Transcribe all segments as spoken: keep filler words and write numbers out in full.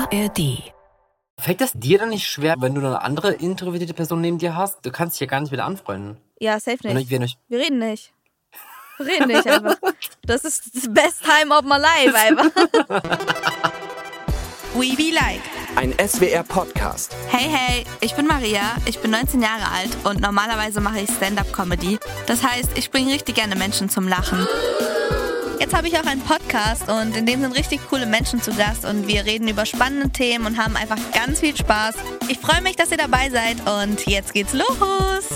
A R D. Fällt das dir dann nicht schwer, wenn du eine andere introvertierte Person neben dir hast? Du kannst dich ja gar nicht mit anfreunden. Ja, safe Wenn nicht. euch- wenn euch- Wir reden nicht. Wir reden nicht einfach. Das ist das best time of my life einfach. We Be Like. Ein S W R-Podcast. Hey, hey, ich bin Maria, ich bin neunzehn Jahre alt und normalerweise mache ich Stand-Up-Comedy. Das heißt, ich bringe richtig gerne Menschen zum Lachen. Jetzt habe ich auch einen Podcast und in dem sind richtig coole Menschen zu Gast und wir reden über spannende Themen und haben einfach ganz viel Spaß. Ich freue mich, dass ihr dabei seid und jetzt geht's los.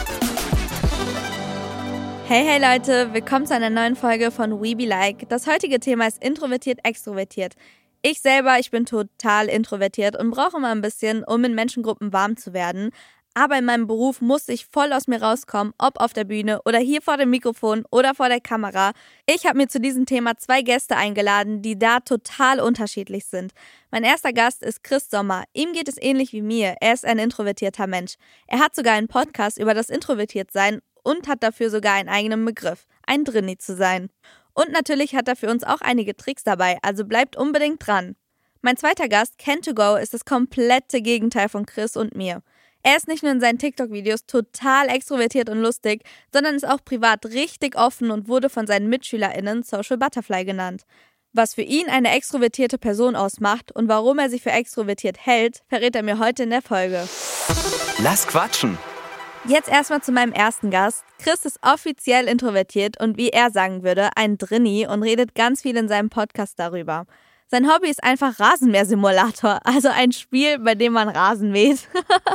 Hey, hey Leute, willkommen zu einer neuen Folge von We Be Like. Das heutige Thema ist introvertiert, extrovertiert. Ich selber, ich bin total introvertiert und brauche immer ein bisschen, um in Menschengruppen warm zu werden. Aber in meinem Beruf muss ich voll aus mir rauskommen, ob auf der Bühne oder hier vor dem Mikrofon oder vor der Kamera. Ich habe mir zu diesem Thema zwei Gäste eingeladen, die da total unterschiedlich sind. Mein erster Gast ist Chris Sommer. Ihm geht es ähnlich wie mir. Er ist ein introvertierter Mensch. Er hat sogar einen Podcast über das Introvertiertsein und hat dafür sogar einen eigenen Begriff, ein Drinni zu sein. Und natürlich hat er für uns auch einige Tricks dabei, also bleibt unbedingt dran. Mein zweiter Gast, Ken to Go, ist das komplette Gegenteil von Chris und mir. Er ist nicht nur in seinen TikTok-Videos total extrovertiert und lustig, sondern ist auch privat richtig offen und wurde von seinen MitschülerInnen Social Butterfly genannt. Was für ihn eine extrovertierte Person ausmacht und warum er sich für extrovertiert hält, verrät er mir heute in der Folge. Lass quatschen. Jetzt erstmal zu meinem ersten Gast. Chris ist offiziell introvertiert und wie er sagen würde, ein Drinni und redet ganz viel in seinem Podcast darüber. Sein Hobby ist einfach Rasenmäher-Simulator, also ein Spiel, bei dem man Rasen mäht.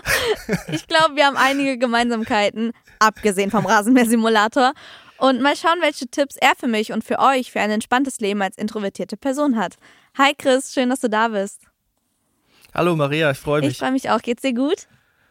Ich glaube, wir haben einige Gemeinsamkeiten, abgesehen vom Rasenmäher-Simulator. Und mal schauen, welche Tipps er für mich und für euch für ein entspanntes Leben als introvertierte Person hat. Hi Chris, schön, dass du da bist. Hallo Maria, ich freue mich. Ich freue mich auch. Geht's dir gut?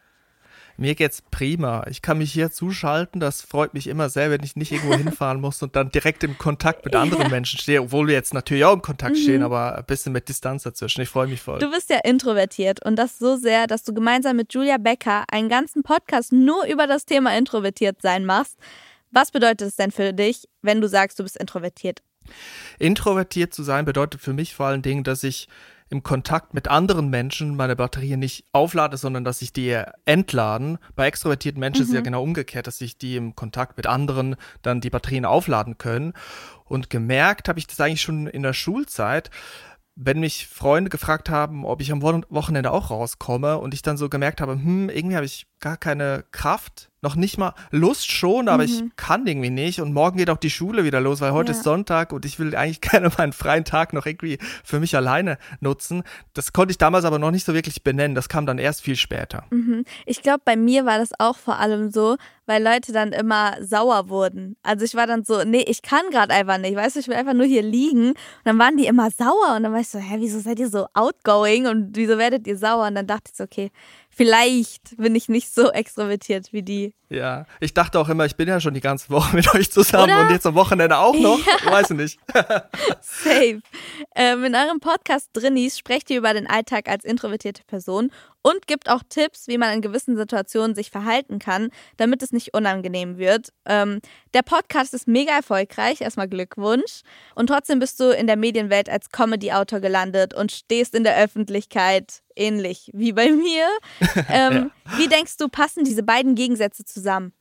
Mir geht's prima. Ich kann mich hier zuschalten. Das freut mich immer sehr, wenn ich nicht irgendwo hinfahren muss und dann direkt im Kontakt mit anderen Ja. Menschen stehe, obwohl wir jetzt natürlich auch im Kontakt Mhm. stehen, aber ein bisschen mit Distanz dazwischen. Ich freue mich voll. Du bist ja introvertiert und das so sehr, dass du gemeinsam mit Julia Becker einen ganzen Podcast nur über das Thema introvertiert sein machst. Was bedeutet es denn für dich, wenn du sagst, du bist introvertiert? Introvertiert zu sein bedeutet für mich vor allen Dingen, dass ich im Kontakt mit anderen Menschen meine Batterie nicht auflade, sondern dass ich die entladen. Bei extrovertierten Menschen ist es ja genau umgekehrt, dass sich die im Kontakt mit anderen dann die Batterien aufladen können. Und gemerkt habe ich das eigentlich schon in der Schulzeit, wenn mich Freunde gefragt haben, ob ich am Wo- Wochenende auch rauskomme und ich dann so gemerkt habe, hm, irgendwie habe ich gar keine Kraft, noch nicht mal Lust schon, aber ich kann irgendwie nicht und morgen geht auch die Schule wieder los, weil heute Ja. ist Sonntag und ich will eigentlich gerne meinen freien Tag noch irgendwie für mich alleine nutzen. Das konnte ich damals aber noch nicht so wirklich benennen, das kam dann erst viel später. Mhm. Ich glaube, bei mir war das auch vor allem so, weil Leute dann immer sauer wurden. Also ich war dann so, nee, ich kann gerade einfach nicht, weißt du, ich will einfach nur hier liegen. Und dann waren die immer sauer und dann war ich so, hä, wieso seid ihr so outgoing und wieso werdet ihr sauer? Und dann dachte ich so, okay, vielleicht bin ich nicht so extrovertiert wie die. Ja, ich dachte auch immer, ich bin ja schon die ganze Woche mit euch zusammen Oder? und jetzt am Wochenende auch noch, weiß ich nicht. Safe. Ähm, in eurem Podcast Drinnis sprecht ihr über den Alltag als introvertierte Person und gibt auch Tipps, wie man in gewissen Situationen sich verhalten kann, damit es nicht unangenehm wird. Ähm, der Podcast ist mega erfolgreich, erstmal Glückwunsch. Und trotzdem bist du in der Medienwelt als Comedy-Autor gelandet und stehst in der Öffentlichkeit, ähnlich wie bei mir. Ähm, Wie denkst du, passen diese beiden Gegensätze zusammen?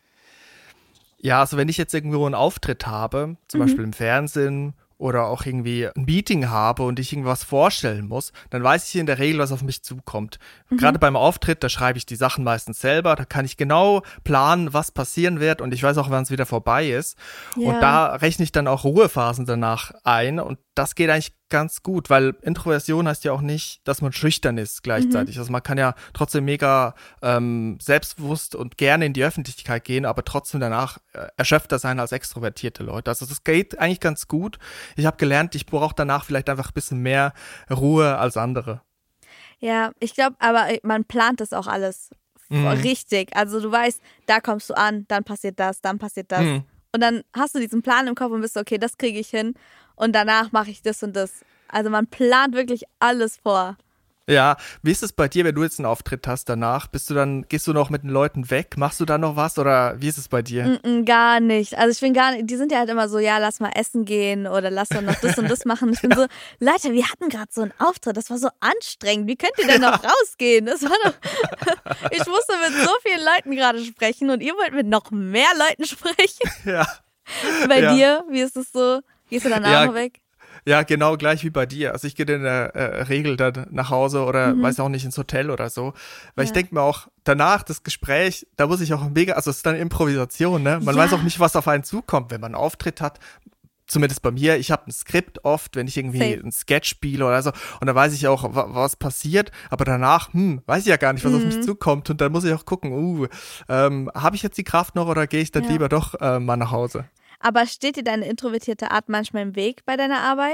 Ja, also wenn ich jetzt irgendwo einen Auftritt habe, zum Beispiel im Fernsehen oder auch irgendwie ein Meeting habe und ich irgendwas vorstellen muss, dann weiß ich in der Regel, was auf mich zukommt. Gerade beim Auftritt, da schreibe ich die Sachen meistens selber, da kann ich genau planen, was passieren wird und ich weiß auch, wann es wieder vorbei ist. Ja. Und da rechne ich dann auch Ruhephasen danach ein und das geht eigentlich ganz gut, weil Introversion heißt ja auch nicht, dass man schüchtern ist gleichzeitig. Also man kann ja trotzdem mega ähm, selbstbewusst und gerne in die Öffentlichkeit gehen, aber trotzdem danach äh, erschöpfter sein als extrovertierte Leute. Also das geht eigentlich ganz gut. Ich habe gelernt, ich brauche danach vielleicht einfach ein bisschen mehr Ruhe als andere. Ja, ich glaube, aber man plant das auch alles Mhm. richtig. Also du weißt, da kommst du an, dann passiert das, dann passiert das. Mhm. Und dann hast du diesen Plan im Kopf und bist so, okay, das kriege ich hin und danach mache ich das und das. Also man plant wirklich alles vor. Ja, wie ist es bei dir, wenn du jetzt einen Auftritt hast danach? Bist du dann, gehst du noch mit den Leuten weg? Machst du da noch was oder wie ist es bei dir? Mm-mm, gar nicht. Also ich bin gar nicht, die sind ja halt immer so, ja, lass mal essen gehen oder lass doch noch das und das machen. Ich bin so, Leute, wir hatten gerade so einen Auftritt, das war so anstrengend. Wie könnt ihr denn noch rausgehen? Das war doch, ich musste mit so vielen Leuten gerade sprechen und ihr wollt mit noch mehr Leuten sprechen. Ja. Bei Ja. dir, wie ist es so? Gehst du danach Ja. noch weg? Ja, genau gleich wie bei dir. Also ich gehe in der äh, Regel dann nach Hause oder Mhm. weiß auch nicht ins Hotel oder so. Weil ich Ja. denke mir auch, danach das Gespräch, da muss ich auch mega, also es ist dann Improvisation, ne? Man Ja. weiß auch nicht, was auf einen zukommt, wenn man einen Auftritt hat. Zumindest bei mir, ich habe ein Skript oft, wenn ich irgendwie Safe. ein Sketch spiele oder so. Und da weiß ich auch, wa- was passiert. Aber danach, hm, weiß ich ja gar nicht, was auf Mhm. mich zukommt. Und dann muss ich auch gucken, uh, ähm, habe ich jetzt die Kraft noch oder gehe ich dann Ja. lieber doch äh, mal nach Hause? Aber steht dir deine introvertierte Art manchmal im Weg bei deiner Arbeit?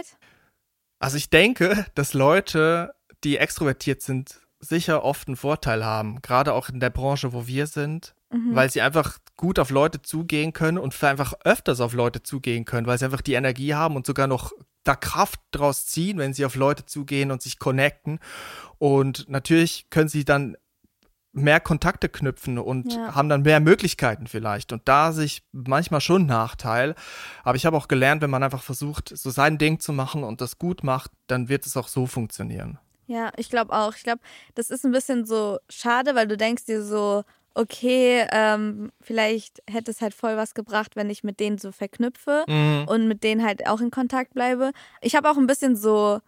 Also ich denke, dass Leute, die extrovertiert sind, sicher oft einen Vorteil haben. Gerade auch in der Branche, wo wir sind. Mhm. Weil sie einfach gut auf Leute zugehen können und einfach öfters auf Leute zugehen können, weil sie einfach die Energie haben und sogar noch da Kraft draus ziehen, wenn sie auf Leute zugehen und sich connecten. Und natürlich können sie dann mehr Kontakte knüpfen und Ja. haben dann mehr Möglichkeiten vielleicht. Und da sehe ich manchmal schon einen Nachteil. Aber ich habe auch gelernt, wenn man einfach versucht, so sein Ding zu machen und das gut macht, dann wird es auch so funktionieren. Ja, ich glaube auch. Ich glaube, das ist ein bisschen so schade, weil du denkst dir so, okay, ähm, vielleicht hätte es halt voll was gebracht, wenn ich mit denen so verknüpfe Mhm. und mit denen halt auch in Kontakt bleibe. Ich habe auch ein bisschen so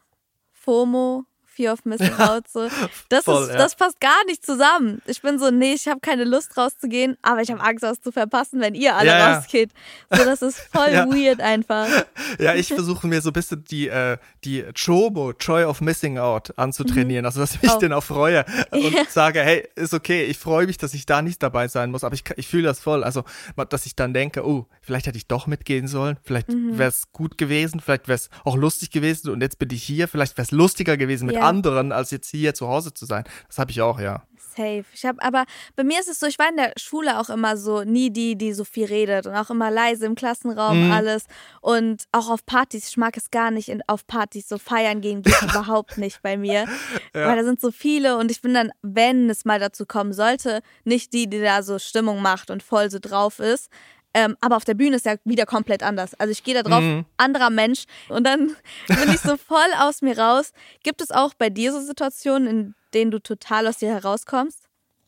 FOMO, Fear of Missing Out. So. Das, Voll, ist, ja. das passt gar nicht zusammen. Ich bin so, nee, ich habe keine Lust rauszugehen, aber ich habe Angst, was zu verpassen, wenn ihr alle Ja, ja. rausgeht. So, das ist voll Ja. weird einfach. Ja, ich versuche mir so ein bisschen die, äh, die JOMO, Joy of Missing Out, anzutrainieren. Also, dass ich mich Oh. dann auch freue und Ja. sage, hey, ist okay, ich freue mich, dass ich da nicht dabei sein muss, aber ich, ich fühle das voll. Also, dass ich dann denke, oh, vielleicht hätte ich doch mitgehen sollen, vielleicht wäre es gut gewesen, vielleicht wäre es auch lustig gewesen und jetzt bin ich hier, vielleicht wäre es lustiger gewesen mit Ja. anderen, als jetzt hier zu Hause zu sein. Das habe ich auch, ja. Safe. Ich habe, aber bei mir ist es so, ich war in der Schule auch immer so nie die, die so viel redet und auch immer leise im Klassenraum Mhm. alles und auch auf Partys. Ich mag es gar nicht, in, auf Partys so feiern gehen geht überhaupt nicht bei mir, Ja. weil da sind so viele und ich bin dann, wenn es mal dazu kommen sollte, nicht die, die da so Stimmung macht und voll so drauf ist. Ähm, aber auf der Bühne ist ja wieder komplett anders. Also ich gehe da drauf, Mhm. anderer Mensch und dann bin ich so voll aus mir raus. Gibt es auch bei dir so Situationen, in denen du total aus dir herauskommst?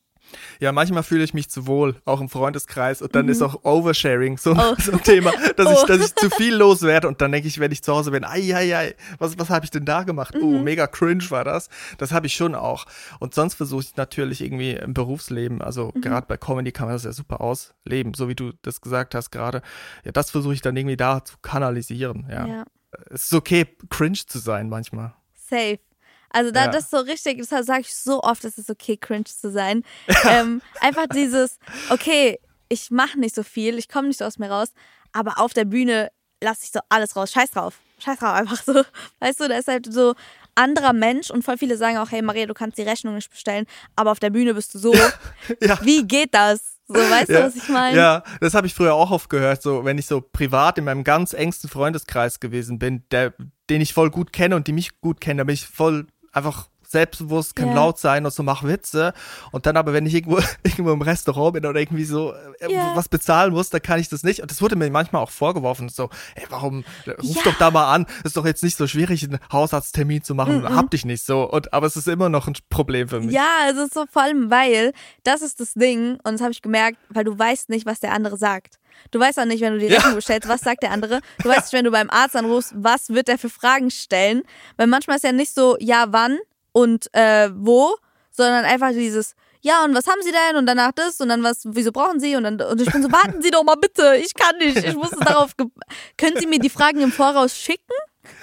Ja, manchmal fühle ich mich zu wohl, auch im Freundeskreis. Und dann ist auch Oversharing so, Oh. so ein Thema, dass, Oh. ich, dass ich zu viel loswerde. Und dann denke ich, wenn ich zu Hause bin, ai, ai, ai, was, was habe ich denn da gemacht? Oh, mega cringe war das. Das habe ich schon auch. Und sonst versuche ich natürlich irgendwie im Berufsleben, also gerade bei Comedy kann man das ja super ausleben, so wie du das gesagt hast gerade. Ja, das versuche ich dann irgendwie da zu kanalisieren. Ja. Ja. Es ist okay, cringe zu sein manchmal. Safe. Also da Ja. das ist so richtig, das sage ich so oft, es ist okay, cringe zu sein. ähm, einfach dieses, okay, ich mache nicht so viel, ich komme nicht so aus mir raus, aber auf der Bühne lasse ich so alles raus. Scheiß drauf. Scheiß drauf, einfach so. Weißt du, da ist halt so anderer Mensch und voll viele sagen auch, hey Maria, du kannst die Rechnung nicht bestellen, aber auf der Bühne bist du so. Ja. Wie geht das? So, weißt du, Ja, was ich meine? Ja, das habe ich früher auch oft gehört, so wenn ich so privat in meinem ganz engsten Freundeskreis gewesen bin, der, den ich voll gut kenne und die mich gut kennen, da bin ich voll einfach selbstbewusst, kann Ja. laut sein und so, mach Witze. Und dann aber, wenn ich irgendwo, irgendwo im Restaurant bin oder irgendwie so äh, Ja. was bezahlen muss, dann kann ich das nicht. Und das wurde mir manchmal auch vorgeworfen, so, ey, warum, ruf Ja. doch da mal an, ist doch jetzt nicht so schwierig, einen Hausarzttermin zu machen, Mhm. hab dich nicht so. Und, aber es ist immer noch ein Problem für mich. Ja, also so vor allem, weil das ist das Ding und das habe ich gemerkt, weil du weißt nicht, was der andere sagt. Du weißt auch nicht, wenn du die Ja. Rechnung bestellst, was sagt der andere. Du weißt nicht, wenn du beim Arzt anrufst, was wird der für Fragen stellen. Weil manchmal ist ja nicht so, ja, wann und äh, wo, sondern einfach dieses, ja, und was haben Sie denn? Und danach das und dann was, wieso brauchen Sie? Und dann und ich bin so, warten Sie doch mal bitte, ich kann nicht, ich muss es darauf, ge- können Sie mir die Fragen im Voraus schicken?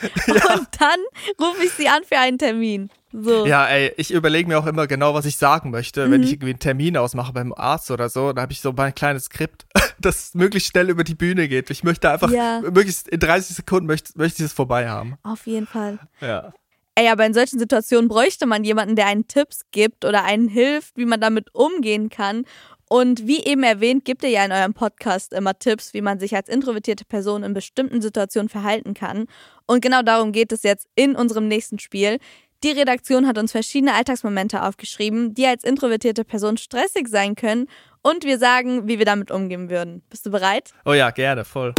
Und dann rufe ich Sie an für einen Termin. So. Ja, ey, ich überlege mir auch immer genau, was ich sagen möchte, Mhm. wenn ich irgendwie einen Termin ausmache beim Arzt oder so. Da habe ich so mein kleines Skript, das möglichst schnell über die Bühne geht. Ich möchte einfach, Ja. möglichst in dreißig Sekunden möchte, möchte ich es vorbei haben. Auf jeden Fall. Ja. Ey, aber in solchen Situationen bräuchte man jemanden, der einen Tipps gibt oder einen hilft, wie man damit umgehen kann. Und wie eben erwähnt, gibt ihr ja in eurem Podcast immer Tipps, wie man sich als introvertierte Person in bestimmten Situationen verhalten kann. Und genau darum geht es jetzt in unserem nächsten Spiel. Die Redaktion hat uns verschiedene Alltagsmomente aufgeschrieben, die als introvertierte Person stressig sein können und wir sagen, wie wir damit umgehen würden. Bist du bereit? Oh ja, gerne, voll.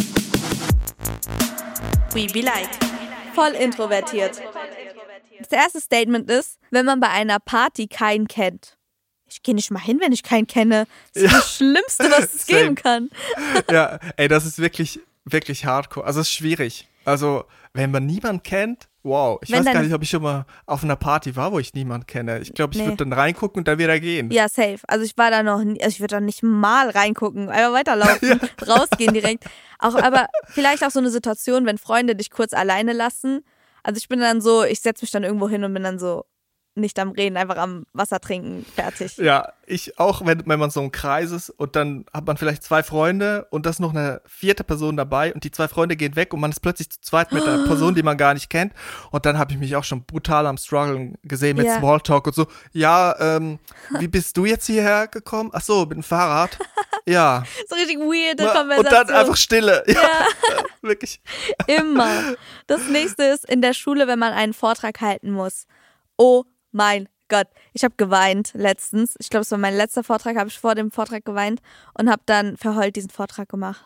We be like. Voll introvertiert. Das erste Statement ist, wenn man bei einer Party keinen kennt. Ich gehe nicht mal hin, wenn ich keinen kenne. Das ist ja. das Schlimmste, was es geben kann. Ja, ey, das ist wirklich, wirklich hardcore. Also es ist schwierig. Also, wenn man niemanden kennt, wow. Ich wenn weiß gar nicht, ob ich schon mal auf einer Party war, wo ich niemanden kenne. Ich glaube, ich nee. würde dann reingucken und dann wieder gehen. Ja, safe. Also ich war da noch nie, also ich würde da nicht mal reingucken, einfach weiterlaufen, ja. rausgehen direkt. Auch, aber vielleicht auch so eine Situation, wenn Freunde dich kurz alleine lassen. Also ich bin dann so, ich setze mich dann irgendwo hin und bin dann so nicht am Reden, einfach am Wasser trinken, fertig. Ja, ich auch, wenn, wenn man so im Kreis ist und dann hat man vielleicht zwei Freunde und da ist noch eine vierte Person dabei und die zwei Freunde gehen weg und man ist plötzlich zu zweit mit einer Person, die man gar nicht kennt und dann habe ich mich auch schon brutal am Struggeln gesehen mit ja. Smalltalk und so. Ja, ähm, wie bist du jetzt hierher gekommen? Ach so, mit dem Fahrrad. Ja. So richtig weirde Na, Konversation. Und dann einfach Stille. Ja, ja. wirklich. Immer. Das nächste ist in der Schule, wenn man einen Vortrag halten muss. Oh mein Gott, ich habe geweint letztens. Ich glaube, es war mein letzter Vortrag, habe ich vor dem Vortrag geweint und habe dann verheult diesen Vortrag gemacht.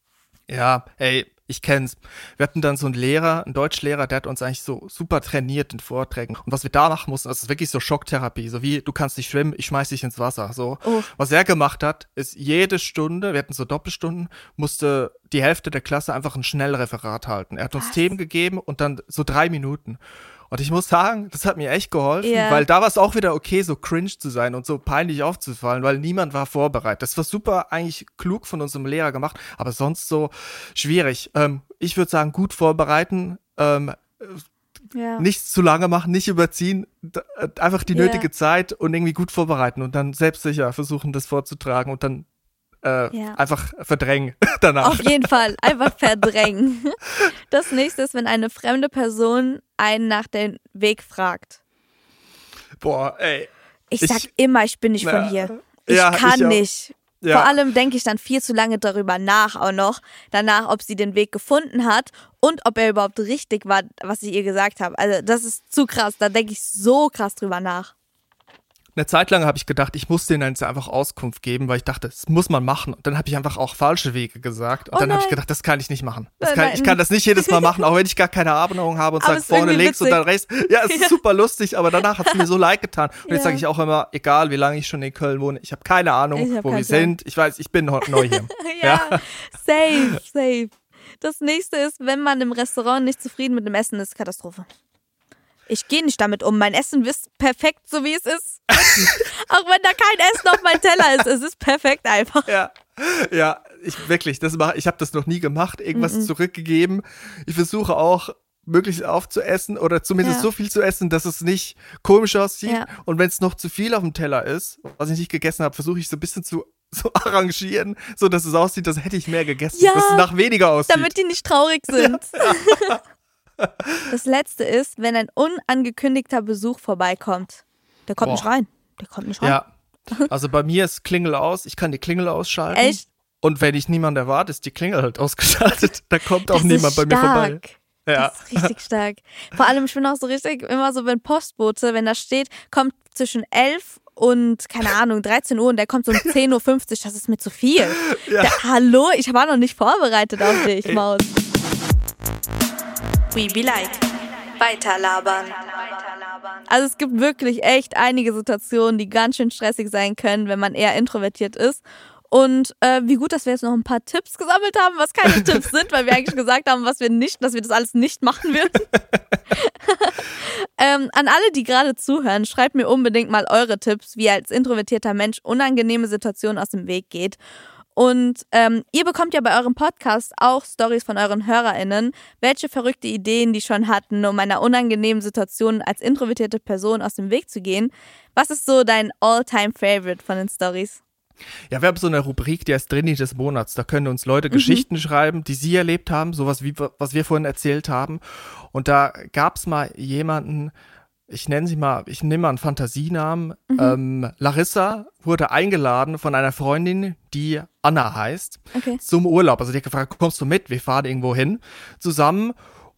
Ja, ey, ich kenn's. Wir hatten dann so einen Lehrer, einen Deutschlehrer, der hat uns eigentlich so super trainiert in Vorträgen. Und was wir da machen mussten, das ist wirklich so Schocktherapie. So wie, du kannst nicht schwimmen, ich schmeiß dich ins Wasser. So. Oh. Was er gemacht hat, ist jede Stunde, wir hatten so Doppelstunden, musste die Hälfte der Klasse einfach ein Schnellreferat halten. Er hat uns was? Themen gegeben und dann so drei Minuten. Und ich muss sagen, das hat mir echt geholfen, yeah. weil da war es auch wieder okay, so cringe zu sein und so peinlich aufzufallen, weil niemand war vorbereitet. Das war super eigentlich klug von unserem Lehrer gemacht, aber sonst so schwierig. Ähm, ich würde sagen, gut vorbereiten, ähm, yeah. nichts zu lange machen, nicht überziehen, d- einfach die yeah. nötige Zeit und irgendwie gut vorbereiten und dann selbstsicher versuchen, das vorzutragen und dann Äh, ja. einfach verdrängen danach. Auf jeden Fall, einfach verdrängen. Das nächste ist, wenn eine fremde Person einen nach dem Weg fragt. Boah, ey. Ich, ich sag immer, ich bin nicht na, von hier. Ich ja, kann ich nicht. Ja. Vor allem denke ich dann viel zu lange darüber nach auch noch. Danach, ob sie den Weg gefunden hat und ob er überhaupt richtig war, was ich ihr gesagt habe. Also das ist zu krass, da denke ich so krass drüber nach. Eine Zeit lang habe ich gedacht, ich muss denen jetzt einfach Auskunft geben, weil ich dachte, das muss man machen. Und dann habe ich einfach auch falsche Wege gesagt. Und oh dann habe ich gedacht, das kann ich nicht machen. Das kann, ich kann das nicht jedes Mal machen, auch wenn ich gar keine Ahnung habe und sage vorne links und dann rechts. Ja, es ist ja. super lustig, aber danach hat es mir so leid getan. Und ja. jetzt sage ich auch immer, egal wie lange ich schon in Köln wohne, ich habe keine Ahnung, hab wo wir sind. Ich weiß, ich bin neu hier. ja, ja, safe, safe. Das nächste ist, wenn man im Restaurant nicht zufrieden mit dem Essen ist, Katastrophe. Ich gehe nicht damit um. Mein Essen ist perfekt, so wie es ist. Auch wenn da kein Essen auf meinem Teller ist. Es ist perfekt einfach. Ja, ja, ich wirklich, das mach, ich habe das noch nie gemacht, irgendwas Mm-mm. zurückgegeben. Ich versuche auch, möglichst aufzuessen oder zumindest ja. so viel zu essen, dass es nicht komisch aussieht. Ja. Und wenn es noch zu viel auf dem Teller ist, was ich nicht gegessen habe, versuche ich so ein bisschen zu so arrangieren, so dass es aussieht, als hätte ich mehr gegessen, ja, dass es nach weniger aussieht. Damit die nicht traurig sind. Ja. Das letzte ist, wenn ein unangekündigter Besuch vorbeikommt. Der kommt Boah. nicht rein. Der kommt nicht rein. Ja, also bei mir ist Klingel aus. Ich kann die Klingel ausschalten. Echt? Und wenn ich niemanden erwarte, ist die Klingel halt ausgeschaltet. Da kommt auch das niemand bei mir vorbei. Ja. Das ist richtig stark. Vor allem, ich bin auch so richtig, immer so, wenn Postbote, wenn da steht, kommt zwischen elf und, keine Ahnung, dreizehn Uhr und der kommt so um zehn Uhr fünfzig, das ist mir zu viel. Ja. Da, hallo, ich war noch nicht vorbereitet auf dich, Maus. We be like. Weiterlabern. Also es gibt wirklich echt einige Situationen, die ganz schön stressig sein können, wenn man eher introvertiert ist. Und äh, wie gut, dass wir jetzt noch ein paar Tipps gesammelt haben, was keine Tipps sind, weil wir eigentlich gesagt haben, was wir nicht, dass wir das alles nicht machen würden. ähm, an alle, die gerade zuhören, schreibt mir unbedingt mal eure Tipps, wie ihr als introvertierter Mensch unangenehme Situationen aus dem Weg geht. Und ähm, ihr bekommt ja bei eurem Podcast auch Storys von euren HörerInnen, welche verrückte Ideen die schon hatten, um einer unangenehmen Situation als introvertierte Person aus dem Weg zu gehen. Was ist so dein All-Time-Favorite von den Storys? Ja, wir haben so eine Rubrik, die heißt Drini des Monats. Da können uns Leute mhm. Geschichten schreiben, die sie erlebt haben, sowas wie was wir vorhin erzählt haben. Und da gab es mal jemanden, ich nenne sie mal, ich nehme mal einen Fantasienamen. Mhm. Ähm, Larissa wurde eingeladen von einer Freundin, die Anna heißt, okay. zum Urlaub. Also die hat gefragt, kommst du mit? Wir fahren irgendwo hin zusammen.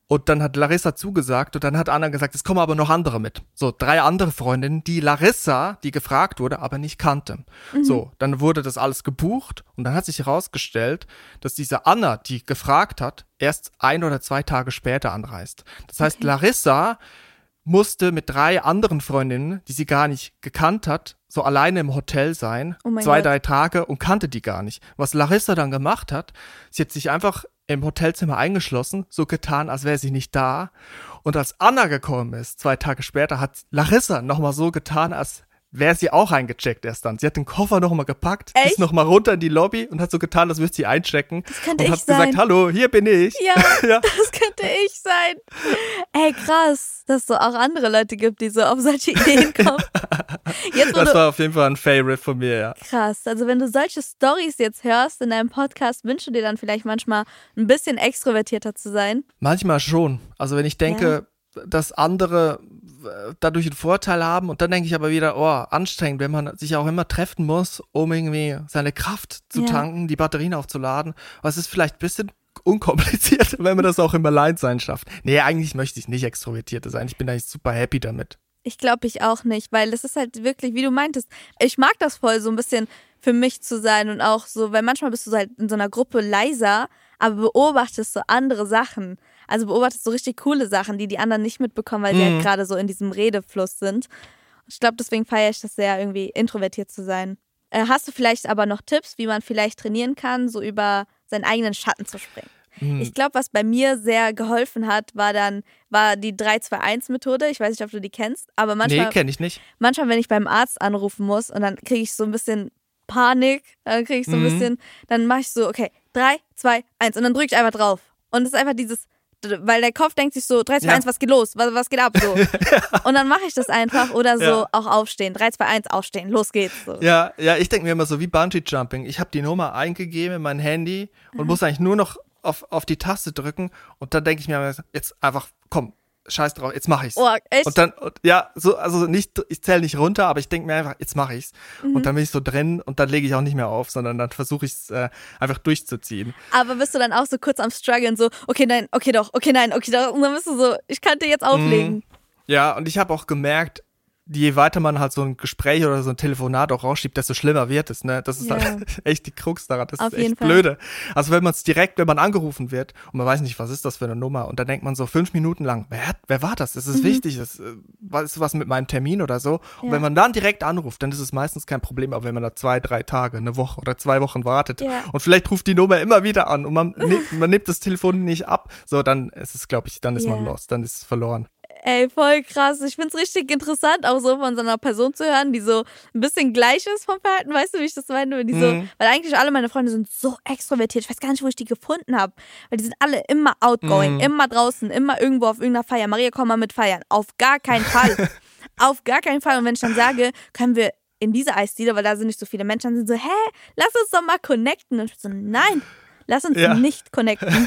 Und dann hat Larissa zugesagt und dann hat Anna gesagt, es kommen aber noch andere mit. So, drei andere Freundinnen, die Larissa, die gefragt wurde, aber nicht kannte. Mhm. So, dann wurde das alles gebucht und dann hat sich herausgestellt, dass diese Anna, die gefragt hat, erst ein oder zwei Tage später anreist. Das heißt, okay. Larissa musste mit drei anderen Freundinnen, die sie gar nicht gekannt hat, so alleine im Hotel sein, oh zwei, Gott. drei Tage und kannte die gar nicht. Was Larissa dann gemacht hat, sie hat sich einfach im Hotelzimmer eingeschlossen, so getan, als wäre sie nicht da. Und als Anna gekommen ist, zwei Tage später, hat Larissa nochmal so getan, als wäre sie auch eingecheckt erst dann. Sie hat den Koffer nochmal gepackt, Echt? ist nochmal runter in die Lobby und hat so getan, als würde sie einchecken. Das könnte und ich hat sein. gesagt, hallo, hier bin ich. Ja, ja, das könnte ich sein. Ey, krass, dass es so auch andere Leute gibt, die so auf solche Ideen kommen. Jetzt, das war auf jeden Fall ein Favorite von mir, ja. Krass, also wenn du solche Storys jetzt hörst in deinem Podcast, wünschst du dir dann vielleicht manchmal ein bisschen extrovertierter zu sein? Manchmal schon. Also wenn ich denke, ja. dass andere dadurch einen Vorteil haben und dann denke ich aber wieder, oh, anstrengend, wenn man sich auch immer treffen muss, um irgendwie seine Kraft zu ja. tanken, die Batterien aufzuladen. Aber es ist vielleicht ein bisschen unkompliziert, wenn man das auch im Alleinsein schafft. Nee, eigentlich möchte ich nicht extrovertierter sein. Ich bin eigentlich super happy damit. Ich glaube ich auch nicht, weil es ist halt wirklich, wie du meintest, ich mag das voll, so ein bisschen für mich zu sein und auch so, weil manchmal bist du halt in so einer Gruppe leiser, aber beobachtest so andere Sachen. Also beobachtest so richtig coole Sachen, die die anderen nicht mitbekommen, weil mhm. sie halt gerade so in diesem Redefluss sind. Ich glaube, deswegen feiere ich das sehr, irgendwie introvertiert zu sein. Äh, hast du vielleicht aber noch Tipps, wie man vielleicht trainieren kann, so über seinen eigenen Schatten zu springen? Mhm. Ich glaube, was bei mir sehr geholfen hat, war dann war die drei zwei eins Methode. Ich weiß nicht, ob du die kennst, aber manchmal, nee, kenne ich nicht. Manchmal, wenn ich beim Arzt anrufen muss und dann kriege ich so ein bisschen Panik, dann kriege ich so ein mhm. bisschen, dann mache ich so, okay, drei zwei eins und dann drücke ich einfach drauf. Und es ist einfach dieses, weil der Kopf denkt sich so, drei zwei eins, ja. was geht los? Was, was geht ab? So. Und dann mache ich das einfach oder so ja. auch aufstehen. drei zwei eins, aufstehen, los geht's. So. Ja, ja, ich denke mir immer so wie Bungee-Jumping. Ich habe die Nummer eingegeben in mein Handy und mhm. muss eigentlich nur noch auf, auf die Taste drücken und dann denke ich mir jetzt einfach, komm, scheiß drauf, jetzt mache ich's. Oh, echt? Und dann, und, ja, so, also nicht, ich zähle nicht runter, aber ich denke mir einfach, jetzt mache ich's. Mhm. Und dann bin ich so drin und dann lege ich auch nicht mehr auf, sondern dann versuche ich es äh, einfach durchzuziehen. Aber bist du dann auch so kurz am struggeln, so, okay, nein, okay doch, okay, nein, okay doch. Und dann bist du so, ich kann dir jetzt auflegen. Mhm. Ja, und ich habe auch gemerkt, je weiter man halt so ein Gespräch oder so ein Telefonat auch rausschiebt, desto schlimmer wird es, ne? Das ist ja. halt echt die Krux daran. Das Auf ist echt blöde. Also wenn man es direkt, wenn man angerufen wird und man weiß nicht, was ist das für eine Nummer und dann denkt man so fünf Minuten lang, wer, wer war das? Das ist mhm. wichtig, das ist was mit meinem Termin oder so. Und ja. wenn man dann direkt anruft, dann ist es meistens kein Problem, aber wenn man da zwei, drei Tage, eine Woche oder zwei Wochen wartet ja. und vielleicht ruft die Nummer immer wieder an und man, nimmt, man nimmt das Telefon nicht ab, so dann ist es, glaube ich, dann ist ja. man lost, dann ist es verloren. Ey, voll krass. Ich find's richtig interessant, auch so von so einer Person zu hören, die so ein bisschen gleich ist vom Verhalten. Weißt du, wie ich das meine? Die so, mhm. Weil eigentlich alle meine Freunde sind so extrovertiert. Ich weiß gar nicht, wo ich die gefunden habe. Weil die sind alle immer outgoing, mhm. immer draußen, immer irgendwo auf irgendeiner Feier. Maria, komm mal mit feiern. Auf gar keinen Fall. Auf gar keinen Fall. Und wenn ich dann sage, können wir in diese Eisdiele, weil da sind nicht so viele Menschen, dann sind so, hä, lass uns doch mal connecten. Und ich so, nein. Lass uns ja. nicht connecten.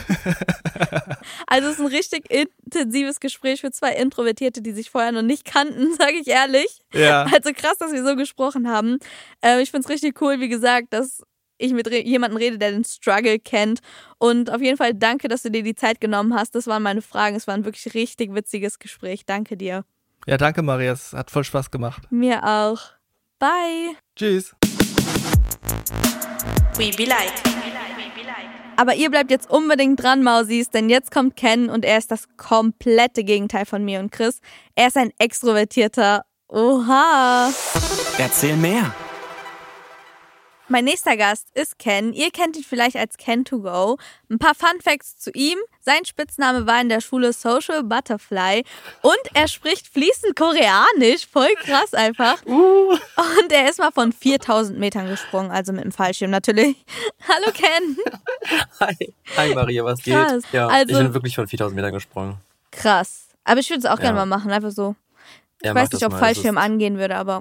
Also es ist ein richtig intensives Gespräch für zwei Introvertierte, die sich vorher noch nicht kannten, sage ich ehrlich. Ja. Also krass, dass wir so gesprochen haben. Äh, ich find's richtig cool, wie gesagt, dass ich mit re- jemandem rede, der den Struggle kennt. Und auf jeden Fall danke, dass du dir die Zeit genommen hast. Das waren meine Fragen. Es war ein wirklich richtig witziges Gespräch. Danke dir. Ja, danke Maria. Es hat voll Spaß gemacht. Mir auch. Bye. Tschüss. We be like. Aber ihr bleibt jetzt unbedingt dran, Mausis, denn jetzt kommt Ken und er ist das komplette Gegenteil von mir und Chris. Er ist ein Extrovertierter. Oha. Erzähl mehr. Mein nächster Gast ist Ken. Ihr kennt ihn vielleicht als Ken to go. Ein paar Fun Facts zu ihm. Sein Spitzname war in der Schule Social Butterfly. Und er spricht fließend Koreanisch. Voll krass einfach. Uh. Und er ist mal von viertausend Metern gesprungen, also mit dem Fallschirm natürlich. Hallo Ken. Hi. Hi Maria, was krass. geht? Ja, also, ich bin wirklich von viertausend Metern gesprungen. Krass. Aber ich würde es auch ja. gerne mal machen, einfach so. Ich ja, weiß nicht, ob mal. Fallschirm angehen würde, aber...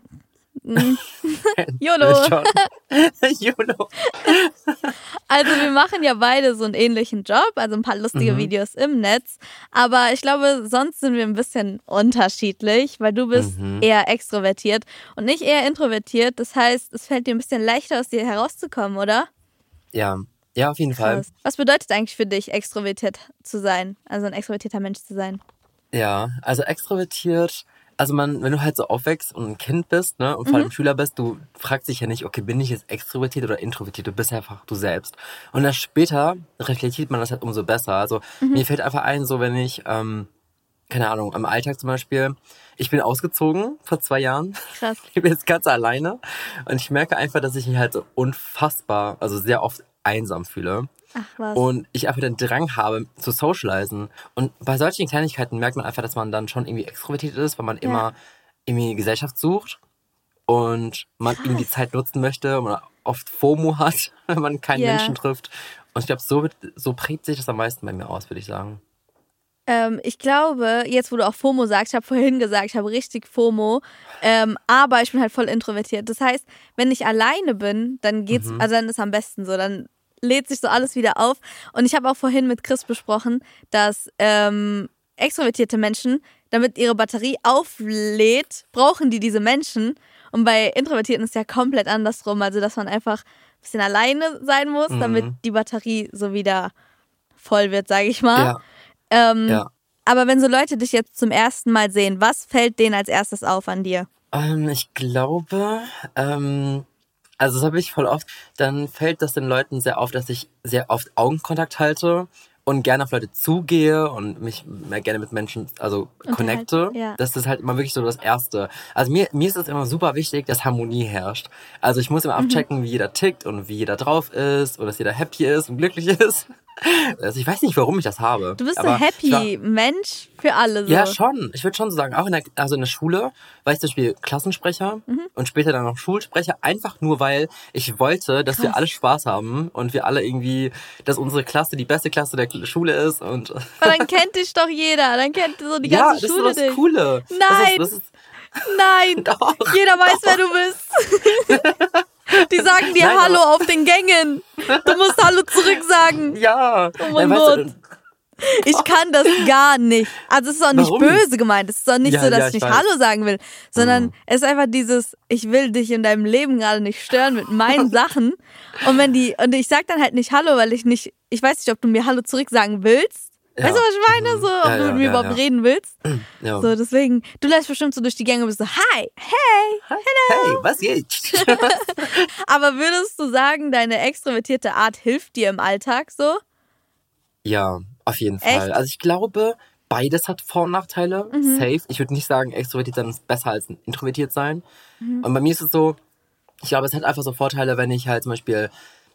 YOLO. YOLO. Also wir machen ja beide so einen ähnlichen Job, also ein paar lustige mhm. Videos im Netz, aber ich glaube, sonst sind wir ein bisschen unterschiedlich, weil du bist mhm. eher extrovertiert und nicht eher introvertiert, das heißt, es fällt dir ein bisschen leichter, aus dir herauszukommen, oder? Ja, Ja, auf jeden Fall. Krass. Was bedeutet eigentlich für dich, extrovertiert zu sein? Also ein extrovertierter Mensch zu sein? Ja, also extrovertiert, also man, wenn du halt so aufwächst und ein Kind bist, ne, und vor allem Mhm. Schüler bist, du fragst dich ja nicht, okay, bin ich jetzt extrovertiert oder introvertiert? Du bist einfach du selbst. Und dann später reflektiert man das halt umso besser. Also Mhm. mir fällt einfach ein, so wenn ich, ähm, keine Ahnung, im Alltag zum Beispiel, ich bin ausgezogen vor zwei Jahren. Krass. Ich bin jetzt ganz alleine und ich merke einfach, dass ich mich halt so unfassbar, also sehr oft einsam fühle. Ach was. Und ich einfach den Drang habe, zu socialisen. Und bei solchen Kleinigkeiten merkt man einfach, dass man dann schon irgendwie extrovertiert ist, weil man Ja. immer irgendwie Gesellschaft sucht und man Krass. irgendwie die Zeit nutzen möchte und man oft FOMO hat, wenn man keinen Ja. Menschen trifft. Und ich glaube, so, wird- so prägt sich das am meisten bei mir aus, würde ich sagen. Ähm, ich glaube, jetzt wo du auch FOMO sagst, ich habe vorhin gesagt, ich habe richtig FOMO, ähm, aber ich bin halt voll introvertiert. Das heißt, wenn ich alleine bin, dann geht's, Mhm. also dann ist am besten so, dann lädt sich so alles wieder auf. Und ich habe auch vorhin mit Chris besprochen, dass ähm, extrovertierte Menschen, damit ihre Batterie auflädt, brauchen die diese Menschen. Und bei Introvertierten ist es ja komplett andersrum, also dass man einfach ein bisschen alleine sein muss, Mhm. damit die Batterie so wieder voll wird, sage ich mal. Ja, Ähm, ja. Aber wenn so Leute dich jetzt zum ersten Mal sehen, was fällt denen als erstes auf an dir? Ähm, ich glaube, ähm, also das habe ich voll oft, dann fällt das den Leuten sehr auf, dass ich sehr oft Augenkontakt halte und gerne auf Leute zugehe und mich mehr gerne mit Menschen, also connecte. ja. Das ist halt immer wirklich so das Erste. Also mir, mir ist es immer super wichtig, dass Harmonie herrscht. Also ich muss immer abchecken, wie jeder tickt und wie jeder drauf ist und dass jeder happy ist und glücklich ist. Also ich weiß nicht, warum ich das habe. Du bist aber ein ich war- happy Mensch für alle. So. Ja, schon. Ich würde schon so sagen, auch in der, also in der Schule war ich zum Beispiel Klassensprecher Mhm. und später dann noch Schulsprecher, einfach nur, weil ich wollte, dass wir Krass. alle Spaß haben und wir alle irgendwie, dass unsere Klasse die beste Klasse der Schule ist und Aber dann kennt dich doch jeder. Dann kennt so die ja, ganze das Schule ist das dich. Coole. Nein. Das ist, das ist, Nein, doch. jeder weiß, wer du bist. Die sagen dir Nein, Hallo aber- auf den Gängen. Du musst Hallo zurück sagen. Ja. Oh mein Nein, Gott. weißt du, Ich kann das gar nicht. Also es ist auch nicht Warum böse gemeint. Es ist auch nicht Ja, so, dass ja, ich ich nicht weiß. Hallo sagen will, sondern Mhm. es ist einfach dieses, ich will dich in deinem Leben gerade nicht stören mit meinen Sachen. Und wenn die, und ich sag dann halt nicht Hallo, weil ich nicht, ich weiß nicht, ob du mir Hallo zurück sagen willst. Ja. Weißt du, was ich meine? Mhm. So, ob Ja, du ja, mit mir ja, überhaupt ja. reden willst. ja. So, deswegen, du läufst bestimmt so durch die Gänge und bist so, hi, hey. Hey, was geht? Aber würdest du sagen, deine extrovertierte Art hilft dir im Alltag so? Ja, auf jeden Echt? Fall. Also ich glaube, beides hat Vor- und Nachteile. Mhm. Safe. Ich würde nicht sagen, extrovertiert sein ist besser als introvertiert sein. Mhm. Und bei mir ist es so, ich glaube, es hat einfach so Vorteile, wenn ich halt zum Beispiel,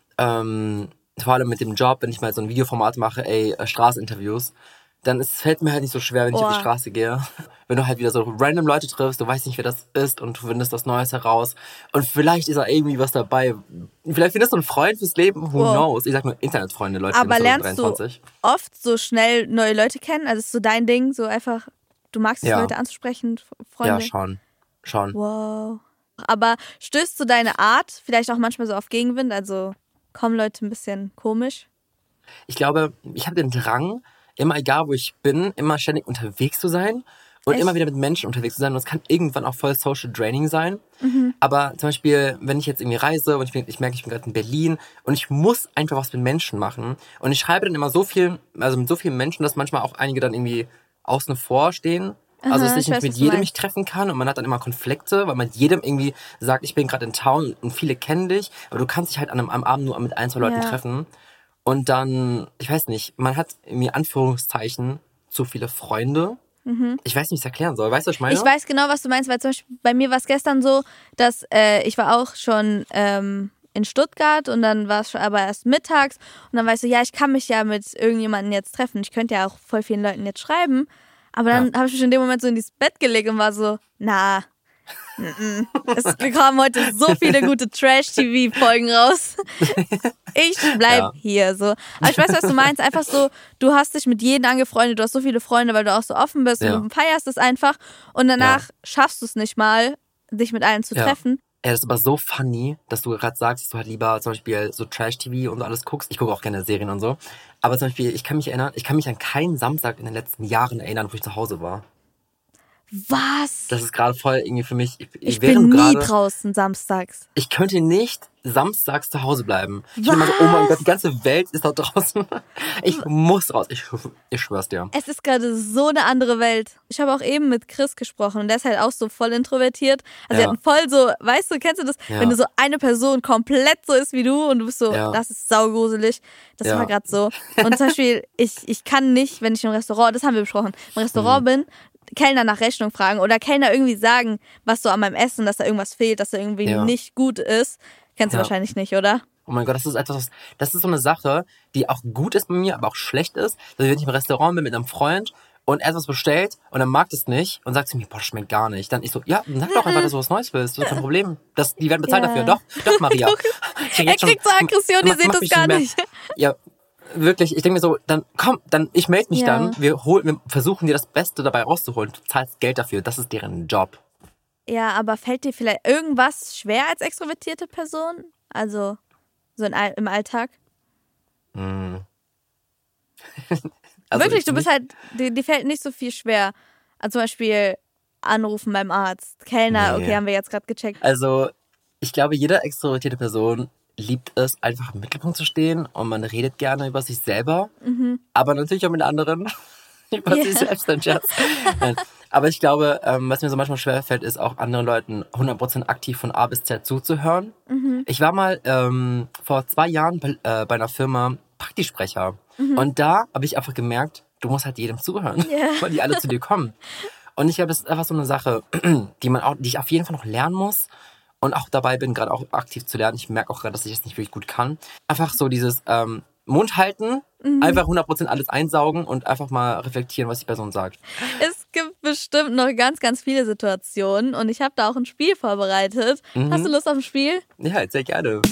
ähm, vor allem mit dem Job, wenn ich mal so ein Videoformat mache, ey, äh, Straßeninterviews, dann ist, fällt mir halt nicht so schwer, wenn ich Oh. auf die Straße gehe. Wenn du halt wieder so random Leute triffst, du weißt nicht, wer das ist und du findest was Neues heraus. Und vielleicht ist da irgendwie was dabei. Vielleicht findest du einen Freund fürs Leben, who Wow. knows. Ich sag nur Internetfreunde, Leute. Aber finden lernst du zweitausenddreiundzwanzig. oft so schnell neue Leute kennen? Also ist so dein Ding, so einfach, du magst es, Ja. Leute anzusprechen, Freunde? Ja, schon. Schon. Wow. Aber stößt du deine Art vielleicht auch manchmal so auf Gegenwind? Also kommen Leute ein bisschen komisch? Ich glaube, ich habe den Drang, immer egal wo ich bin, immer ständig unterwegs zu sein und Echt? immer wieder mit Menschen unterwegs zu sein. Und das kann irgendwann auch voll social draining sein. Mhm. Aber zum Beispiel, wenn ich jetzt irgendwie reise und ich, bin, ich merke, ich bin gerade in Berlin und ich muss einfach was mit Menschen machen. Und ich schreibe dann immer so viel, also mit so vielen Menschen, dass manchmal auch einige dann irgendwie außen vor stehen. Also, Aha, dass ich ich nicht weiß, mit was du jedem meinst. mich treffen kann und man hat dann immer Konflikte, weil man jedem irgendwie sagt, ich bin gerade in Town und viele kennen dich, aber du kannst dich halt an einem, am Abend nur mit ein, zwei Leuten Ja. treffen. Und dann, ich weiß nicht, man hat irgendwie Anführungszeichen zu viele Freunde. Ich weiß nicht, wie ich es erklären soll. Weißt du, was ich meine? Mhm. Ich weiß genau, was du meinst, weil zum Beispiel bei mir war es gestern so, dass äh, ich war auch schon ähm, in Stuttgart und dann war es schon aber erst mittags und dann war ich so, ja, ich kann mich ja mit irgendjemandem jetzt treffen. Ich könnte ja auch voll vielen Leuten jetzt schreiben. Aber dann habe ich mich in dem Moment so in dieses Bett gelegt und war so, na, mm-mm. es kamen heute so viele gute Trash-T V-Folgen raus. Ich bleib Ja. hier so. Aber ich weiß, was du meinst. Einfach so, du hast dich mit jedem angefreundet, du hast so viele Freunde, weil du auch so offen bist Ja. und du feierst es einfach. Und danach schaffst du es nicht mal, dich mit allen zu Ja. treffen. Ey, das ist aber so funny, dass du gerade sagst, dass du halt lieber zum Beispiel so Trash-T V und so alles guckst. Ich gucke auch gerne Serien und so. Aber zum Beispiel, ich kann mich erinnern, ich kann mich an keinen Samstag in den letzten Jahren erinnern, wo ich zu Hause war. Was? Das ist gerade voll irgendwie für mich. Ich, ich bin nie grade, draußen samstags. Ich könnte nicht samstags zu Hause bleiben. Ich bin immer so, oh mein Gott, die ganze Welt ist da draußen. Ich muss raus. Ich, ich schwör's dir. Es ist gerade so eine andere Welt. Ich habe auch eben mit Chris gesprochen und der ist halt auch so voll introvertiert. Also Ja. wir hatten voll so, weißt du, kennst du das? Ja. Wenn du so eine Person komplett so ist wie du und du bist so, Ja. das ist saugruselig. Das Ja. war gerade so. Und zum Beispiel, ich, ich kann nicht, wenn ich im Restaurant, das haben wir besprochen, im Restaurant Mhm. bin, Kellner nach Rechnung fragen oder Kellner irgendwie sagen, was so an meinem Essen, dass da irgendwas fehlt, dass da irgendwie Ja. nicht gut ist. Kennst du Ja. wahrscheinlich nicht, oder? Oh mein Gott, das ist etwas, was- das ist so eine Sache, die auch gut ist bei mir, aber auch schlecht ist. Also wenn ich im Restaurant bin mit einem Freund und er etwas bestellt und er mag das nicht und sagt zu mir, boah, das schmeckt gar nicht. Dann ich so, ja, dann sag doch einfach, dass du was Neues willst. Das ist kein Problem. Das, die werden bezahlt Ja. dafür. Doch, doch, Maria. Ich krieg Er jetzt schon- kriegt so Aggression, ihr mach- seht mach das mich gar mehr- nicht. Ja, wirklich. Ich denke mir so, dann komm, dann ich melde mich Ja. dann. Wir, hol, wir versuchen dir das Beste dabei rauszuholen. Du zahlst Geld dafür. Das ist deren Job. Ja, aber fällt dir vielleicht irgendwas schwer als extrovertierte Person? Also so in, All- im Alltag? Mm. Also Wirklich, ich du bist nicht- halt, dir, dir fällt nicht so viel schwer. Also zum Beispiel anrufen beim Arzt, Kellner, Nee. okay, haben wir jetzt gerade gecheckt. Also, ich glaube, jede extrovertierte Person liebt es, einfach im Mittelpunkt zu stehen und man redet gerne über sich selber, aber natürlich auch mit anderen über Ja. sich selbst, ein Scherz. Nein. Aber ich glaube, ähm, was mir so manchmal schwerfällt, ist auch anderen Leuten hundert Prozent aktiv von A bis Z zuzuhören. Ich war mal ähm, vor zwei Jahren bei, äh, bei einer Firma Praktisprecher und da habe ich einfach gemerkt, du musst halt jedem zuhören, Ja. weil die alle zu dir kommen. Und ich glaube, das ist einfach so eine Sache, die man auch, die ich auf jeden Fall noch lernen muss und auch dabei bin, gerade auch aktiv zu lernen. Ich merke auch gerade, dass ich das nicht wirklich gut kann. Einfach so dieses ähm, Mund halten, einfach hundert Prozent alles einsaugen und einfach mal reflektieren, was die Person sagt. Es gibt bestimmt noch ganz, ganz viele Situationen und ich habe da auch ein Spiel vorbereitet. Mhm. Hast du Lust auf ein Spiel? Ja, sehr gerne.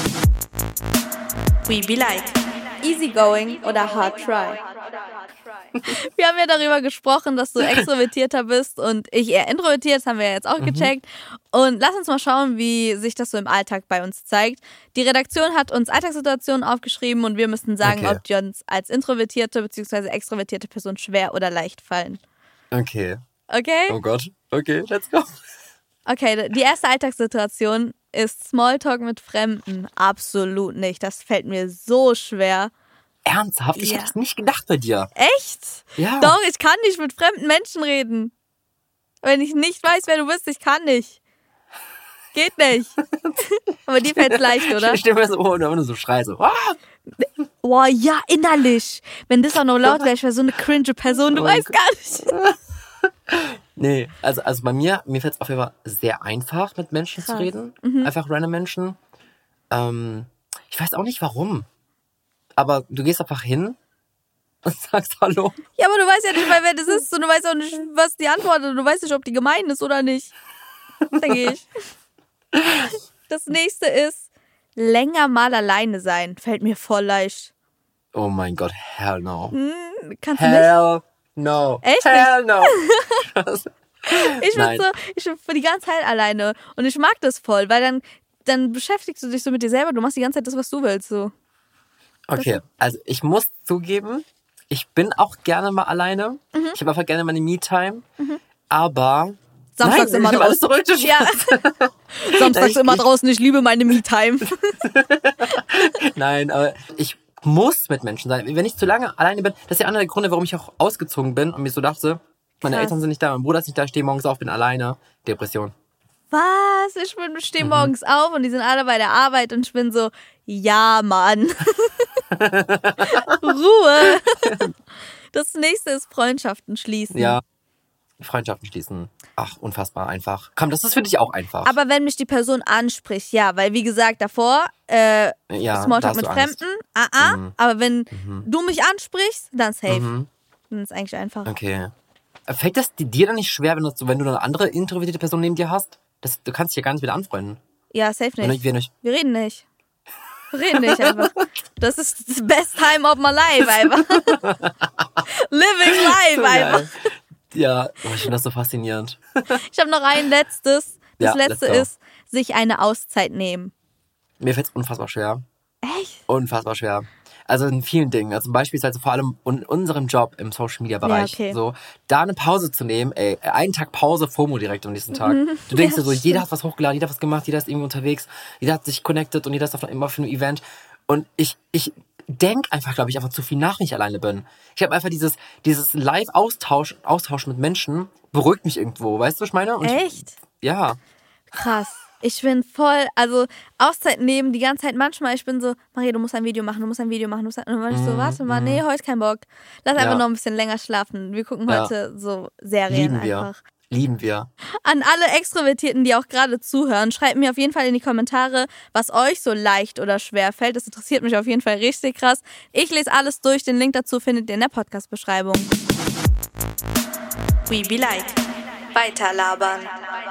We be like. Easygoing oder hard try? Wir haben ja darüber gesprochen, dass du extrovertierter bist und ich eher introvertiert, das haben wir ja jetzt auch gecheckt. Und lass uns mal schauen, wie sich das so im Alltag bei uns zeigt. Die Redaktion hat uns Alltagssituationen aufgeschrieben und wir müssen sagen, Okay. ob die uns als introvertierte bzw. extrovertierte Person schwer oder leicht fallen. Okay. Okay? Oh Gott. Okay, let's go. Okay, die erste Alltagssituation ist Smalltalk mit Fremden. Absolut nicht. Das fällt mir so schwer. Ernsthaft? Ich Ja. hätte es nicht gedacht bei dir. Echt? Ja. Doch, ich kann nicht mit fremden Menschen reden. Wenn ich nicht weiß, wer du bist, ich kann nicht. Geht nicht. Aber dir fällt's leicht, oder? Ich stelle mir so, oh, und dann so Schrei so. Ah! Boah, ja, innerlich. Wenn das auch noch laut wäre, ich wäre so eine cringe Person, du Oh mein weißt gar nicht. Nee, also, also bei mir, mir fällt es auf jeden Fall sehr einfach, mit Menschen Krass. zu reden. Einfach random Menschen. Ähm, ich weiß auch nicht warum. Aber du gehst einfach hin und sagst Hallo. Ja, aber du weißt ja nicht mal, wer das ist und du weißt auch nicht, was die Antwort ist. Du weißt nicht, ob die gemein ist oder nicht. Dann gehe ich. Das nächste ist, länger mal alleine sein. Fällt mir voll leicht. Oh mein Gott, hell no. Kannst du nicht? Hell no. Echt Hell no. Ich bin Nein. so, ich bin für die ganze Zeit alleine. Und ich mag das voll, weil dann, dann beschäftigst du dich so mit dir selber. Du machst die ganze Zeit das, was du willst. So. Okay, also ich muss zugeben, ich bin auch gerne mal alleine. Mhm. Ich habe einfach gerne meine Me-Time. Aber Samstags Nein, immer ich hab alles draußen. zurück. Ja. Samstags Ich- immer ich- draußen. Ich liebe meine Me-Time. Nein, aber ich muss mit Menschen sein. Wenn ich zu lange alleine bin, das ist ja einer der Gründe, warum ich auch ausgezogen bin und mir so dachte, meine Krass. Eltern sind nicht da, mein Bruder ist nicht da, ich stehe morgens auf, bin alleine. Depression. Was? Ich bin, stehe Mhm. morgens auf und die sind alle bei der Arbeit und ich bin so, ja, Mann. Ruhe. Das nächste ist Freundschaften schließen. Ja. Freundschaften schließen. Ach, unfassbar einfach. Komm, das ist für dich auch einfach. Aber wenn mich die Person anspricht, ja, weil wie gesagt, davor äh, ja, da Smalltalk hast mit du Angst. Fremden, ah, ah. Mhm. Aber wenn du mich ansprichst, dann safe. Mhm. Dann ist eigentlich einfach. Okay. Fällt das dir dann nicht schwer, wenn du, wenn du eine andere introvertierte Person neben dir hast? Das, du kannst dich ja gar nicht wieder anfreunden. Ja, safe Wenn nicht. ich, wenn ich, Wir reden nicht. Wir reden nicht einfach. Das ist the best time of my life einfach. Living life einfach. ja, oh, ich finde das so faszinierend. Ich habe noch ein letztes. Das Ja, letzte let's go. ist, sich eine Auszeit nehmen. Mir fällt es unfassbar schwer. Echt? Unfassbar schwer. Also in vielen Dingen. Also beispielsweise vor allem in unserem Job im Social-Media-Bereich. Ja, okay. So, da eine Pause zu nehmen, ey, einen Tag Pause, FOMO direkt am nächsten Tag. Mhm. Du denkst Ja, dir so, stimmt. jeder hat was hochgeladen, jeder hat was gemacht, jeder ist irgendwie unterwegs, jeder hat sich connected und jeder ist auf, immer auf einem Event. Und ich, ich denke einfach, glaube ich, einfach zu viel nach, wenn ich alleine bin. Ich habe einfach dieses, dieses Live-Austausch Austausch mit Menschen, beruhigt mich irgendwo. Weißt du, was ich meine? Und Echt? Ja. Krass. Ich bin voll, also Auszeit nehmen die ganze Zeit. Manchmal, ich bin so, Maria, du musst ein Video machen, du musst ein Video machen. Du musst ein... Und dann bin ich so, warte mal, nee, heute kein Bock. Lass einfach Ja. noch ein bisschen länger schlafen. Wir gucken Ja. heute so Serien Lieben wir. einfach. Lieben wir. An alle Extrovertierten, die auch gerade zuhören, schreibt mir auf jeden Fall in die Kommentare, was euch so leicht oder schwer fällt. Das interessiert mich auf jeden Fall richtig krass. Ich lese alles durch. Den Link dazu findet ihr in der Podcast-Beschreibung. We be like. Weiterlabern.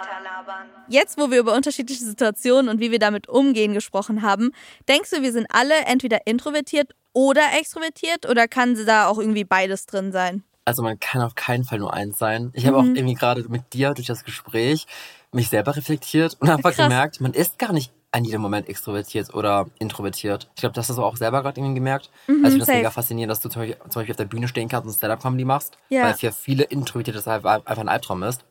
Jetzt, wo wir über unterschiedliche Situationen und wie wir damit umgehen gesprochen haben, denkst du, wir sind alle entweder introvertiert oder extrovertiert oder kann da auch irgendwie beides drin sein? Also man kann auf keinen Fall nur eins sein. Ich habe auch irgendwie gerade mit dir durch das Gespräch mich selber reflektiert und einfach Krass. gemerkt, man ist gar nicht an jedem Moment extrovertiert oder introvertiert. Ich glaube, das hast du auch selber gerade irgendwie gemerkt. Mhm, also ich finde das safe. mega faszinierend, dass du zum Beispiel, zum Beispiel auf der Bühne stehen kannst und Stand-Up-Comedy machst, Ja. weil für viele Introvertierte das einfach ein Albtraum ist.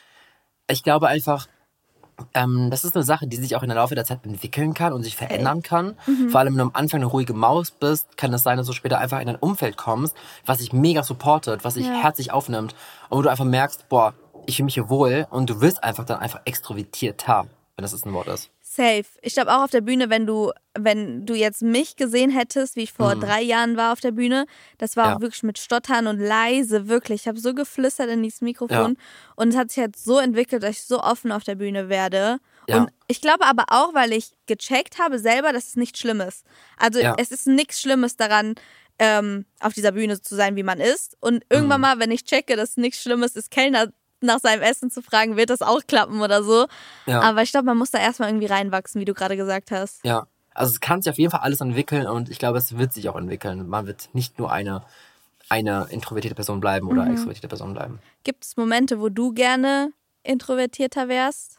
Ich glaube einfach, ähm, das ist eine Sache, die sich auch in der Laufe der Zeit entwickeln kann und sich verändern kann. Vor allem, wenn du am Anfang eine ruhige Maus bist, kann es sein, dass du später einfach in ein Umfeld kommst, was dich mega supportet, was dich Ja. herzlich aufnimmt und wo du einfach merkst, boah, ich fühle mich hier wohl und du wirst einfach dann einfach extrovertierter, wenn das jetzt ein Wort ist. Safe. Ich glaube auch auf der Bühne, wenn du, wenn du jetzt mich gesehen hättest, wie ich vor drei Jahren war auf der Bühne, das war Ja. auch wirklich mit Stottern und leise, wirklich. Ich habe so geflüstert in dieses Mikrofon Ja. und es hat sich jetzt so entwickelt, dass ich so offen auf der Bühne werde. Ja. Und ich glaube aber auch, weil ich gecheckt habe selber, dass es nichts Schlimmes. Also Ja. es ist nichts Schlimmes daran, ähm, auf dieser Bühne zu sein, wie man ist. Und irgendwann Mhm. mal, wenn ich checke, dass es nichts Schlimmes ist, Kellner nach seinem Essen zu fragen, wird das auch klappen oder so. Ja. Aber ich glaube, man muss da erstmal irgendwie reinwachsen, wie du gerade gesagt hast. Ja, also es kann sich auf jeden Fall alles entwickeln und ich glaube, es wird sich auch entwickeln. Man wird nicht nur eine, eine introvertierte Person bleiben oder Mhm. extrovertierte Person bleiben. Gibt es Momente, wo du gerne introvertierter wärst?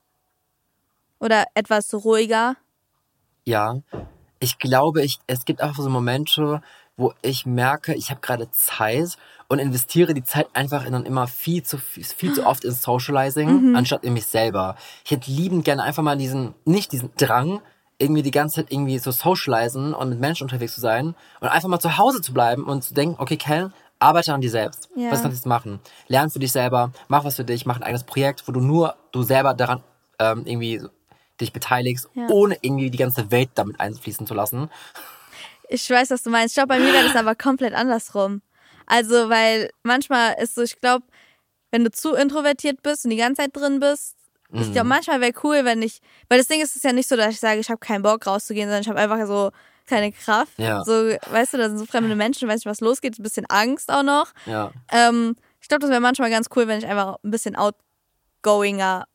Oder etwas ruhiger? Ja, ich glaube, ich, es gibt auch so Momente, wo ich merke, ich habe gerade Zeit und investiere die Zeit einfach in dann immer viel zu viel zu oft ins Socializing, anstatt in mich selber. Ich hätte liebend gerne einfach mal diesen, nicht diesen Drang, irgendwie die ganze Zeit irgendwie so socialisen und mit Menschen unterwegs zu sein und einfach mal zu Hause zu bleiben und zu denken, okay, Ken, arbeite an dir selbst. Ja. Was kannst du jetzt machen? Lern für dich selber, mach was für dich, mach ein eigenes Projekt, wo du nur du selber daran ähm, irgendwie dich beteiligst, Ja. ohne irgendwie die ganze Welt damit einfließen zu lassen. Ich weiß, was du meinst. Ich glaube, bei mir wäre das aber komplett andersrum. Also, weil manchmal ist so, ich glaube, wenn du zu introvertiert bist und die ganze Zeit drin bist, ich glaube, manchmal wäre cool, wenn ich, weil das Ding ist, es ist ja nicht so, dass ich sage, ich habe keinen Bock rauszugehen, sondern ich habe einfach so keine Kraft. Ja. So, weißt du, da sind so fremde Menschen, weiß nicht, was losgeht, ein bisschen Angst auch noch. Ja. Ähm, ich glaube, das wäre manchmal ganz cool, wenn ich einfach ein bisschen outgoinger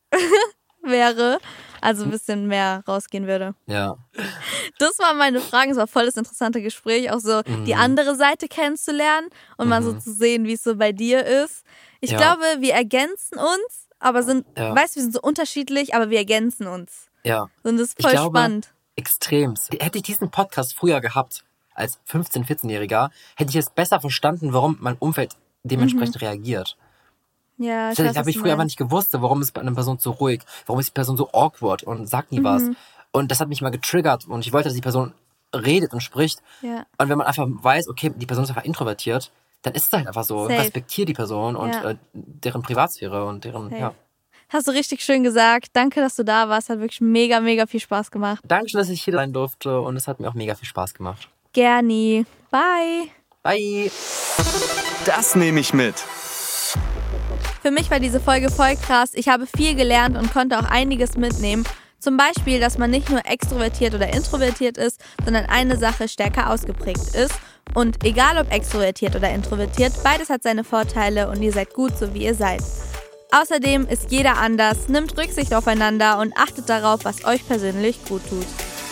wäre. Also ein bisschen mehr rausgehen würde. Ja. Das waren meine Fragen. Es war voll das interessante Gespräch, auch so die andere Seite kennenzulernen und mal so zu sehen, wie es so bei dir ist. Ich Ja. glaube, wir ergänzen uns, aber sind, Ja. weißt du, wir sind so unterschiedlich, aber wir ergänzen uns. Ja. Und das ist Ich voll glaube, spannend. Extremst. Hätte ich diesen Podcast früher gehabt, als fünfzehn-, vierzehnjähriger, hätte ich es besser verstanden, warum mein Umfeld dementsprechend reagiert. Ja, ich Das weiß, habe was ich du früher einfach meinst. nicht gewusst, warum ist bei einer Person so ruhig, warum ist die Person so awkward und sagt nie was. Und das hat mich mal getriggert und ich wollte, dass die Person redet und spricht. Ja. Und wenn man einfach weiß, okay, die Person ist einfach introvertiert, dann ist es halt einfach so. Safe. Respektier die Person und Ja. äh, deren Privatsphäre und deren, Safe. ja. Hast du richtig schön gesagt. Danke, dass du da warst. Hat wirklich mega, mega viel Spaß gemacht. Dankeschön, dass ich hier sein durfte und es hat mir auch mega viel Spaß gemacht. Gerni. Bye. Bye! Das nehme ich mit. Für mich war diese Folge voll krass. Ich habe viel gelernt und konnte auch einiges mitnehmen. Zum Beispiel, dass man nicht nur extrovertiert oder introvertiert ist, sondern eine Sache stärker ausgeprägt ist. Und egal ob extrovertiert oder introvertiert, beides hat seine Vorteile und ihr seid gut, so wie ihr seid. Außerdem ist jeder anders, nimmt Rücksicht aufeinander und achtet darauf, was euch persönlich gut tut.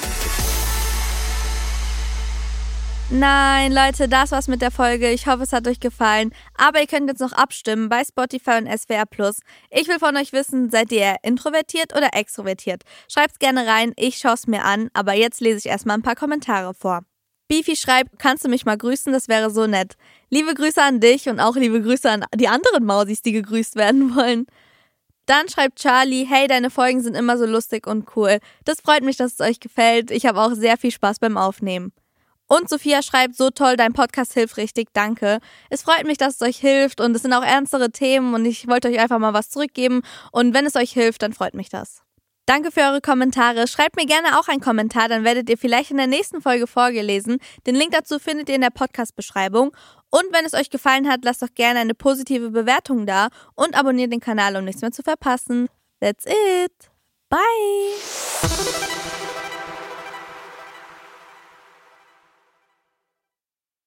Nein, Leute, das war's mit der Folge. Ich hoffe, es hat euch gefallen. Aber ihr könnt jetzt noch abstimmen bei Spotify und S W R plus. Ich will von euch wissen, seid ihr eher introvertiert oder extrovertiert? Schreibt's gerne rein, ich schaue es mir an. Aber jetzt lese ich erstmal ein paar Kommentare vor. Beefy schreibt, kannst du mich mal grüßen, das wäre so nett. Liebe Grüße an dich und auch liebe Grüße an die anderen Mausis, die gegrüßt werden wollen. Dann schreibt Charlie, hey, deine Folgen sind immer so lustig und cool. Das freut mich, dass es euch gefällt. Ich habe auch sehr viel Spaß beim Aufnehmen. Und Sophia schreibt, so toll, dein Podcast hilft richtig, danke. Es freut mich, dass es euch hilft und es sind auch ernstere Themen und ich wollte euch einfach mal was zurückgeben und wenn es euch hilft, dann freut mich das. Danke für eure Kommentare. Schreibt mir gerne auch einen Kommentar, dann werdet ihr vielleicht in der nächsten Folge vorgelesen. Den Link dazu findet ihr in der Podcast-Beschreibung. Und wenn es euch gefallen hat, lasst doch gerne eine positive Bewertung da und abonniert den Kanal, um nichts mehr zu verpassen. That's it. Bye.